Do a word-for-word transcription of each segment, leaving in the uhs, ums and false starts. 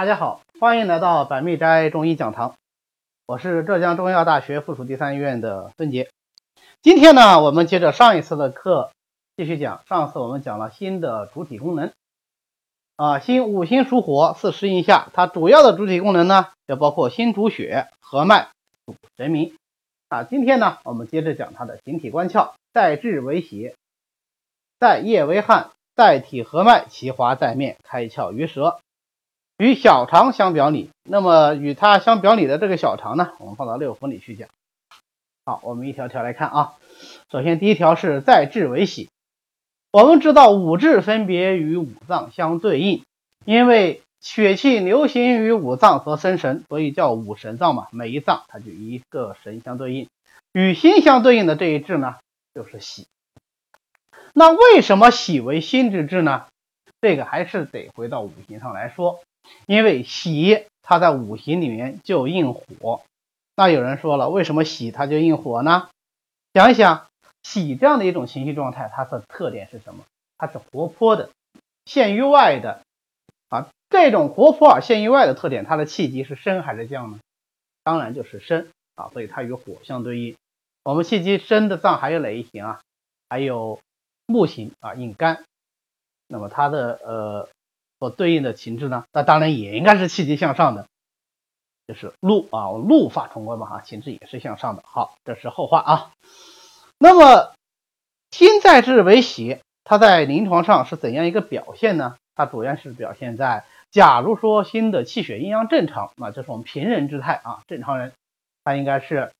大家好，欢迎来到百密斋中医讲堂，我是浙江中医药大学附属第三医院的孙杰。今天呢，我们接着上一次的课继续讲。上次我们讲了心的主体功能啊，心五行属火，四时应下，它主要的主体功能呢，就包括心主血、合脉、主神明啊。今天呢，我们接着讲它的形体关窍，带质为血，带液为汗，带体合脉，其华在面，开窍于舌。与小肠相表里，那么与它相表里的这个小肠呢，我们放到六腑里去讲。好，我们一条条来看啊。首先第一条是在质为血。我们知道五志分别与五脏相对应，因为血气流行于五脏和生神，所以叫五神脏嘛，每一脏它就一个神相对应。与心相对应的这一志呢，就是喜。那为什么喜为心之志呢？这个还是得回到五行上来说。因为喜它在五行里面就应火，那有人说了，为什么喜它就应火呢？想一想，喜这样的一种情绪状态，它的特点是什么？它是活泼的，陷于外的啊。这种活泼而陷于外的特点，它的气机是升还是降呢？当然就是升啊，所以它与火相对应。我们气机升的脏还有哪一行啊？还有木行啊，应肝。那么它的呃。所对应的情志呢，那当然也应该是气机向上的，就是怒啊，怒发冲冠嘛哈，情志也是向上的。好，这是后话啊。那么心在志为血，它在临床上是怎样一个表现呢？它主要是表现在，假如说心的气血阴阳正常，那这是我们平人之态啊，正常人他应该是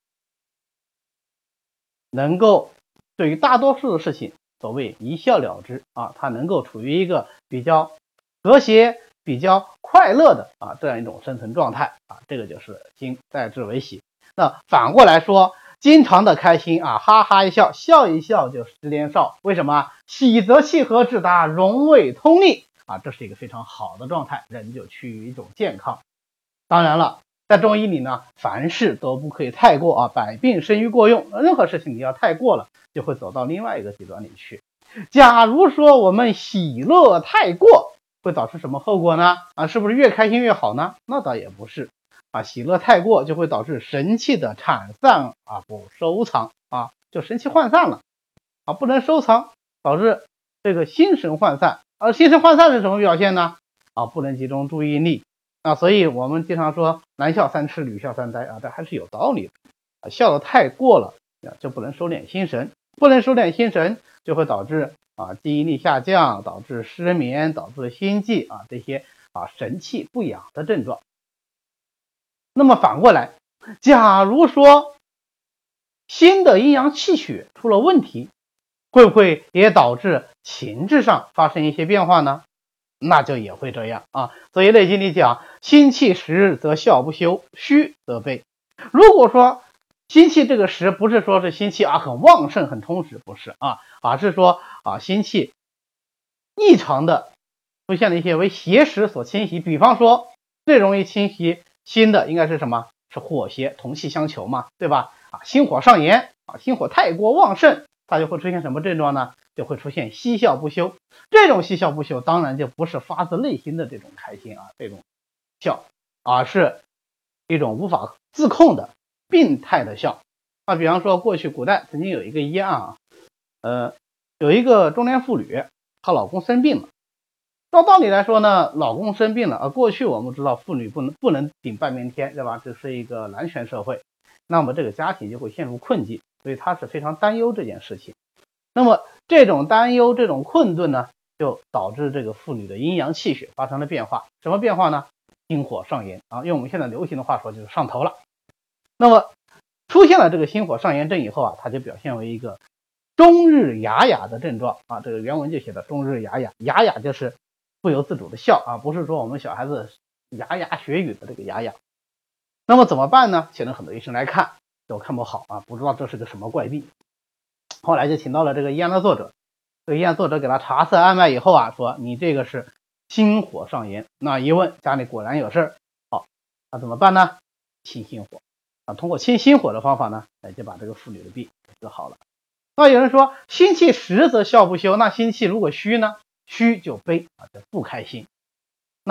能够对于大多数的事情所谓一笑了之啊，他能够处于一个比较和谐、比较快乐的啊这样一种生存状态啊，这个就是心在志为喜。那反过来说，经常的开心啊，哈哈一笑，笑一笑就十年少。为什么？喜则气和至达，荣卫通利啊，这是一个非常好的状态，人就趋于一种健康。当然了，在中医里呢，凡事都不可以太过啊，百病生于过用，任何事情你要太过了，就会走到另外一个极端里去。假如说我们喜乐太过，会导致什么后果呢？啊，是不是越开心越好呢？那倒也不是啊，喜乐太过就会导致神气的产散啊，不收藏啊，就神气涣散了啊，不能收藏，导致这个心神涣散。而心神涣散是什么表现呢？啊，不能集中注意力啊，所以我们经常说男笑三痴，女笑三呆啊，这还是有道理的啊，笑得太过了啊，就不能收敛心神，不能收敛心神，就会导致啊，记忆力下降，导致失眠，导致心悸啊，这些啊神气不养的症状。那么反过来，假如说心的阴阳气血出了问题，会不会也导致情志上发生一些变化呢？那就也会这样啊。所以《内经》里讲，心气实则笑不休，虚则悲。如果说心气这个实不是说是心气啊很旺盛很充实，不是啊，而是说啊心气异常的出现了一些为邪实所侵袭。比方说最容易侵袭心的应该是什么？是火邪，同气相求嘛，对吧？啊，心火上炎啊，心火太过旺盛，它就会出现什么症状呢？就会出现嬉笑不休。这种嬉笑不休当然就不是发自内心的这种开心啊，这种笑，而是一种无法自控的病态的笑啊。比方说过去古代曾经有一个医案啊，呃，有一个中年妇女，她老公生病了。照道理来说呢，老公生病了啊，过去我们知道妇女不能不能顶半边天，对吧？这是一个男权社会，那么这个家庭就会陷入困境，所以她是非常担忧这件事情。那么这种担忧、这种困顿呢，就导致这个妇女的阴阳气血发生了变化。什么变化呢？心火上炎啊，用我们现在流行的话说就是上头了。那么出现了这个心火上炎症以后啊，它就表现为一个终日哑哑的症状啊。这个原文就写的终日哑哑，哑哑就是不由自主的笑啊，不是说我们小孩子牙牙学语的这个哑哑。那么怎么办呢？请了很多医生来看，都看不好啊，不知道这是个什么怪病。后来就请到了这个医案的作者，这个医案作者给他查测按脉以后啊，说你这个是心火上炎。那一问家里果然有事儿，好，那怎么办呢？清心火啊，通过清心火的方法呢，就把这个妇女的病治好了。那有人说心气实则笑不休，那心气如果虚呢？虚就悲啊，就不开心。那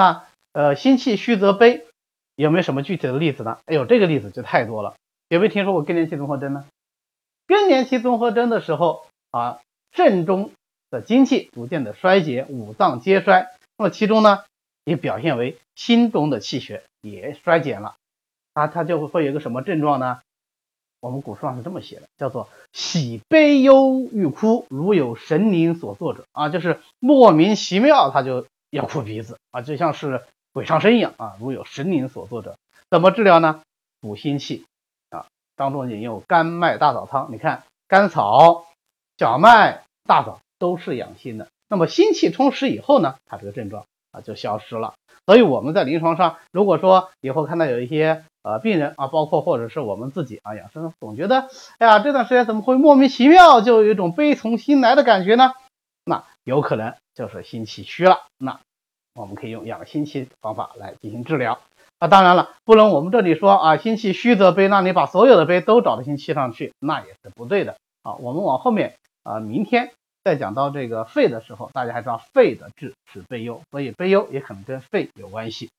呃，心气虚则悲，有没有什么具体的例子呢？哎呦，这个例子就太多了。有没有听说过更年期综合征呢？更年期综合征的时候啊，肾中的精气逐渐的衰竭，五脏皆衰。那么其中呢，也表现为心中的气血也衰减了，啊，它就会有一个什么症状呢？我们古书上是这么写的，叫做喜悲忧欲哭，如有神灵所作者啊，就是莫名其妙他就要哭鼻子啊，就像是鬼上身一样啊，如有神灵所作者。怎么治疗呢？补心气啊。张仲景用甘麦大枣汤，你看甘草、小麦、大枣都是养心的。那么心气充实以后呢，它这个症状啊就消失了。所以我们在临床上，如果说以后看到有一些呃病人啊，包括或者是我们自己啊，养生总觉得，哎呀，这段时间怎么会莫名其妙就有一种悲从心来的感觉呢？那有可能就是心气虚了。那我们可以用养心气方法来进行治疗。啊，当然了，不能我们这里说啊，心气虚则悲，那你把所有的悲都找到心气上去，那也是不对的啊。我们往后面啊，明天再讲到这个肺的时候，大家还知道肺的治是悲忧，所以悲忧也可能跟肺有关系。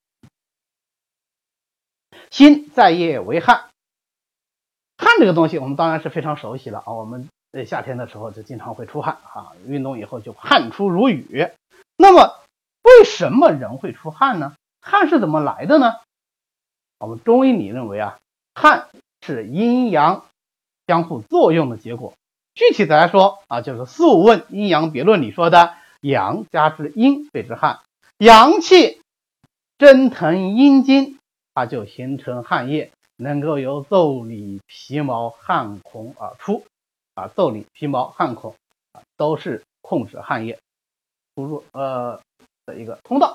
心在夜为汗，汗这个东西我们当然是非常熟悉了啊。我们在夏天的时候就经常会出汗啊，运动以后就汗出如雨。那么为什么人会出汗呢？汗是怎么来的呢？我们中医里认为啊，汗是阴阳相互作用的结果。具体的来说啊，就是《素问·阴阳别论》里说的阳加之阴谓之汗，阳气蒸腾阴经，它就形成汗液，能够由腠理、皮毛、汗孔而出啊，腠理、皮毛、汗孔啊，都是控制汗液出入呃的一个通道。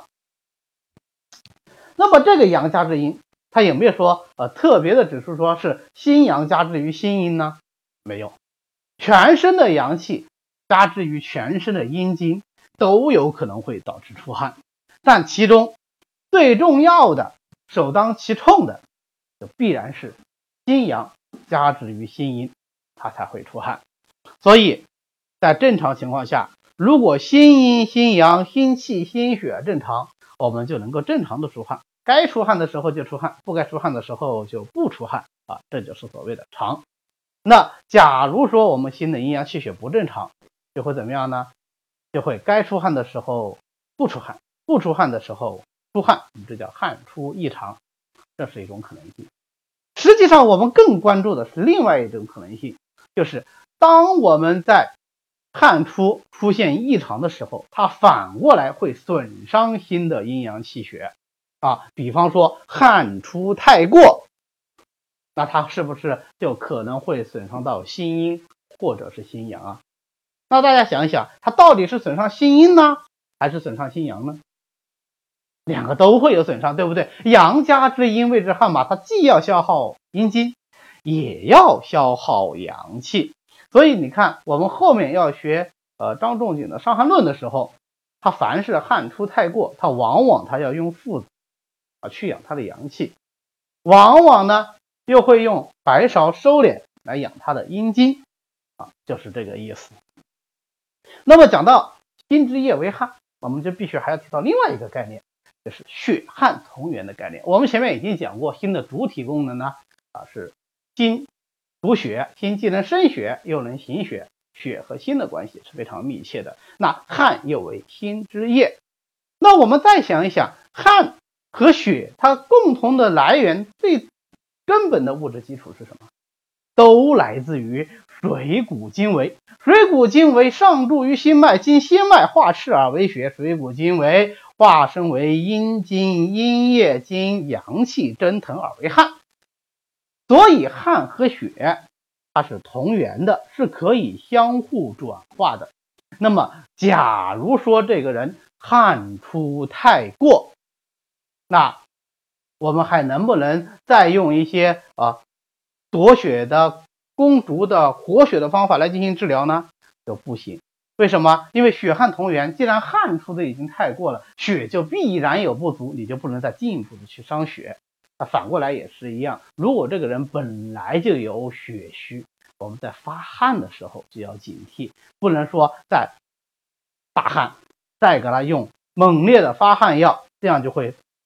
那么这个阳加之阴，它有没有说呃特别的指出说是心阳加之于心阴呢？没有，全身的阳气加之于全身的阴经都有可能会导致出汗，但其中最重要的首当其冲的就必然是心阳加之于心阴，它才会出汗。所以在正常情况下，如果心阴心阳心气心血正常，我们就能够正常的出汗，该出汗的时候就出汗，不该出汗的时候就不出汗啊，这就是所谓的常。那假如说我们心的阴阳气血不正常，就会怎么样呢？就会该出汗的时候不出汗，不出汗的时候出汗，我们这叫汗出异常，这是一种可能性。实际上我们更关注的是另外一种可能性，就是当我们在汗出出现异常的时候，它反过来会损伤心的阴阳气血啊。比方说汗出太过，那它是不是就可能会损伤到心阴或者是心阳啊？那大家想一想，它到底是损伤心阴呢，还是损伤心阳呢？两个都会有损伤，对不对？阳加之阴谓之汗嘛，它既要消耗阴经，也要消耗阳气。所以你看，我们后面要学呃张仲景的《伤寒论》的时候，他凡是汗出太过，他往往他要用附子啊去养他的阳气，往往呢又会用白芍收敛来养他的阴经啊，就是这个意思。那么讲到心之液为汗，我们就必须还要提到另外一个概念，就是血汗同源的概念。我们前面已经讲过，心的主体功能呢啊是心主血，心既能生血又能行血，血和心的关系是非常密切的。那汗又为心之液。那我们再想一想，汗和血它共同的来源，最根本的物质基础是什么？都来自于水谷精微。水谷精微上注于心脉，经心脉化赤而为血，水谷精微化生为阴经，阴液经阳气蒸腾而为汗。所以汗和血它是同源的，是可以相互转化的。那么假如说这个人汗出太过，那我们还能不能再用一些啊夺血的攻逐的活血的方法来进行治疗呢？就不行。为什么？因为血汗同源，既然汗出的已经太过了，血就必然有不足，你就不能再进一步的去伤血。那反过来也是一样，如果这个人本来就有血虚，我们在发汗的时候就要警惕，不能说在大汗再给他用猛烈的发汗药，这样就会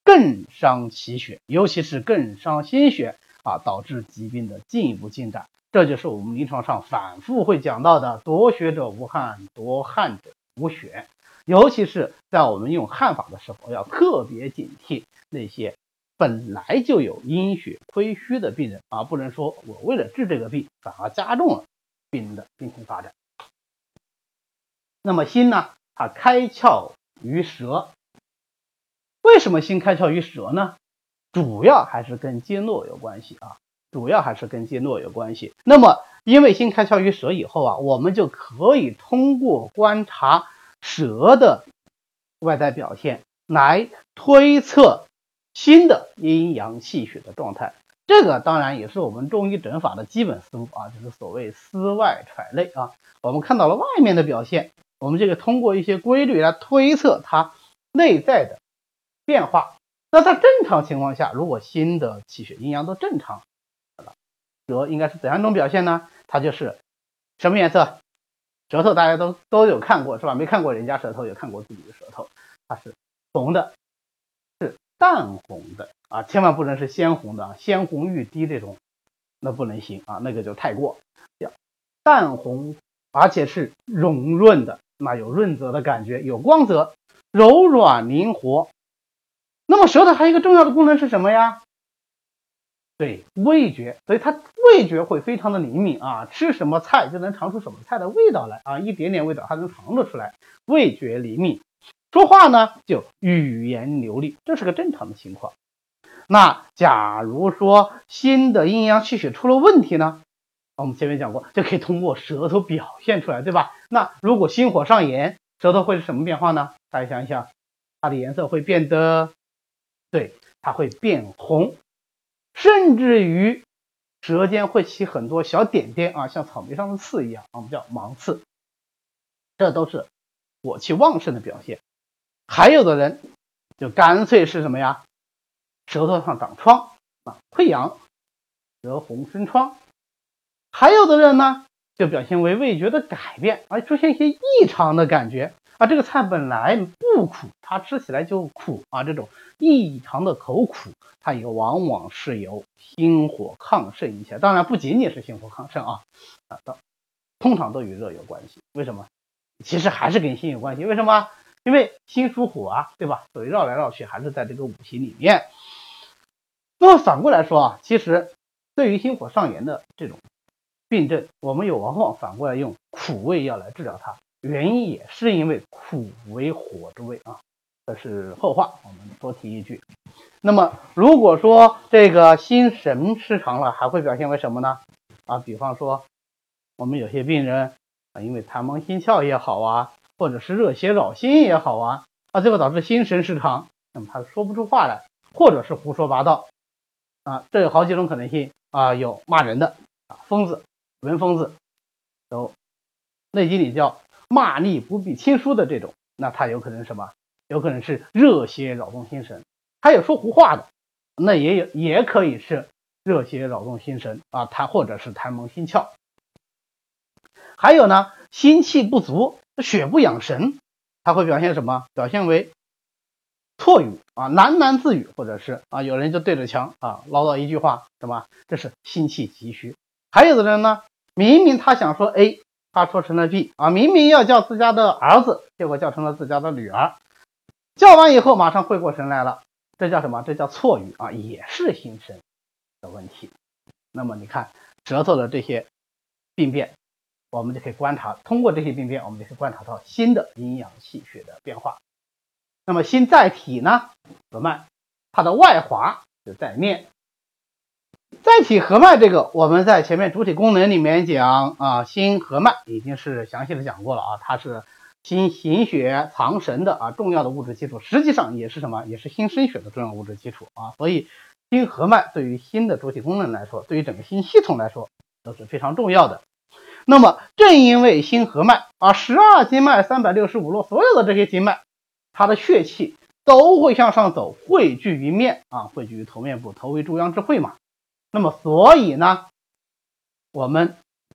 更伤其血，尤其是更伤心血啊，导致疾病的进一步进展。这就是我们临床上反复会讲到的多血者无汗，多汗者无血。尤其是在我们用汗法的时候，要特别警惕那些本来就有阴血亏虚的病人啊，不能说我为了治这个病，反而加重了病人的病情发展。那么心呢，它开窍于舌。为什么心开窍于舌呢？主要还是跟经络有关系啊，主要还是跟经络有关系。那么因为心开窍于舌以后啊，我们就可以通过观察舌的外在表现来推测心的阴阳气血的状态。这个当然也是我们中医诊法的基本思路啊，就是所谓思外揣内啊。我们看到了外面的表现，我们这个通过一些规律来推测它内在的变化。那在正常情况下，如果心的气血阴阳都正常，舌应该是怎样一种表现呢？它就是什么颜色？舌头大家都都有看过是吧？没看过人家舌头，有看过自己的舌头，它是红的，是淡红的啊，千万不能是鲜红的，鲜红欲滴这种那不能行啊，那个就太过。要淡红，而且是融润的，那有润泽的感觉，有光泽，柔软灵活。那么舌头还有一个重要的功能是什么呀？对，味觉，所以它味觉会非常的灵敏啊，吃什么菜就能尝出什么菜的味道来啊，一点点味道它能尝得出来，味觉灵敏。说话呢就语言流利，这是个正常的情况。那假如说心的阴阳气血出了问题呢，我们前面讲过，就可以通过舌头表现出来，对吧？那如果心火上炎，舌头会是什么变化呢？大家想一想，它的颜色会变得，对，它会变红，甚至于舌尖会起很多小点点啊，像草莓上的刺一样，我们叫芒刺，这都是火气旺盛的表现。还有的人就干脆是什么呀？舌头上长疮啊，溃疡，舌红生疮。还有的人呢，就表现为味觉的改变，而出现一些异常的感觉啊，这个菜本来不苦，它吃起来就苦啊，这种异常的口苦，它也往往是由心火亢盛引起。当然不仅仅是心火亢盛啊，啊，通常都与热有关系。为什么？其实还是跟心有关系。为什么？因为心属火啊，对吧？所以绕来绕去还是在这个五行里面。那么反过来说啊，其实对于心火上炎的这种病症，我们有往往反过来用苦味药来治疗它，原因也是因为苦为火之味啊，这是后话，我们多提一句。那么如果说这个心神失常了，还会表现为什么呢？啊，比方说我们有些病人啊，因为痰蒙心窍也好啊，或者是热邪扰心也好啊，啊，最后导致心神失常，那么他说不出话来，或者是胡说八道啊，这有好几种可能性啊，有骂人的啊，疯子、文疯子，有内经里叫骂逆不必亲疏的这种，那他有可能什么？有可能是热邪扰动心神。还有说胡话的，那也有也可以是热邪扰动心神啊，他或者是痰蒙心窍。还有呢，心气不足，血不养神，它会表现什么？表现为错语啊，喃喃自语，或者是啊，有人就对着墙啊唠叨一句话，什么？这是心气急虚。还有的人呢，明明他想说 A， 他说成了 B 啊，明明要叫自家的儿子，结果叫成了自家的女儿，叫完以后马上回过神来了，这叫什么？这叫错语啊，也是心神的问题。那么你看舌头的这些病变，我们就可以观察，通过这些病变，我们就可以观察到心的阴阳气血的变化。那么心在体呢，合脉，它的外滑就在面。载体合脉这个，我们在前面主体功能里面讲啊，心合脉已经是详细的讲过了啊，它是心行血藏神的啊重要的物质基础，实际上也是什么？也是心生血的重要物质基础啊。所以心合脉对于心的主体功能来说，对于整个心系统来说都是非常重要的。那么正因为心合脉啊，十二经脉三百六十五络，所有的这些经脉，它的血气都会向上走，汇聚于面啊，汇聚于头面部，头为中央之会嘛。那么所以呢，我们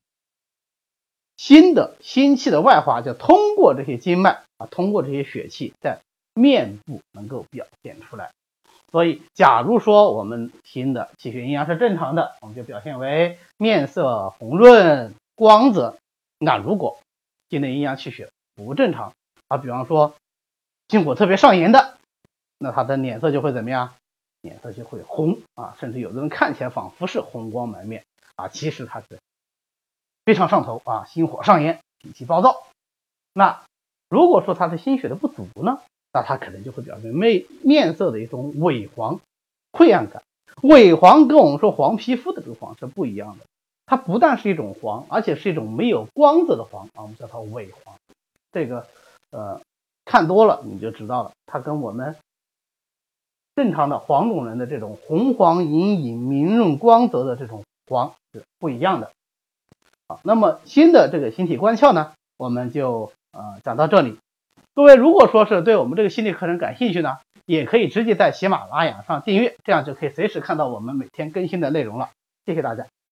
心的心气的外滑就通过这些经脉啊，通过这些血气在面部能够表现出来。 所以假如说我们新的气血阴阳是正常的，我们就表现为面色红润光泽。那如果新的阴阳气血不正常啊，比方说心火特别上炎的，那他的脸色就会怎么样？脸色就会红啊，甚至有的人看起来仿佛是红光满面啊，其实他是非常上头啊，心火上炎，脾气暴躁。那如果说他的心血的不足呢，那他可能就会表现面面色的一种萎黄、溃暗感。萎黄跟我们说黄皮肤的这个黄是不一样的，它不但是一种黄，而且是一种没有光泽的黄啊，我们叫它萎黄。这个呃看多了你就知道了，它跟我们正常的黄种人的这种红黄隐隐明润光泽的这种黄是不一样的。好，那么新的这个形体关窍呢，我们就呃讲到这里。各位如果说是对我们这个心理课程感兴趣呢，也可以直接在喜马拉雅上订阅，这样就可以随时看到我们每天更新的内容了。谢谢大家。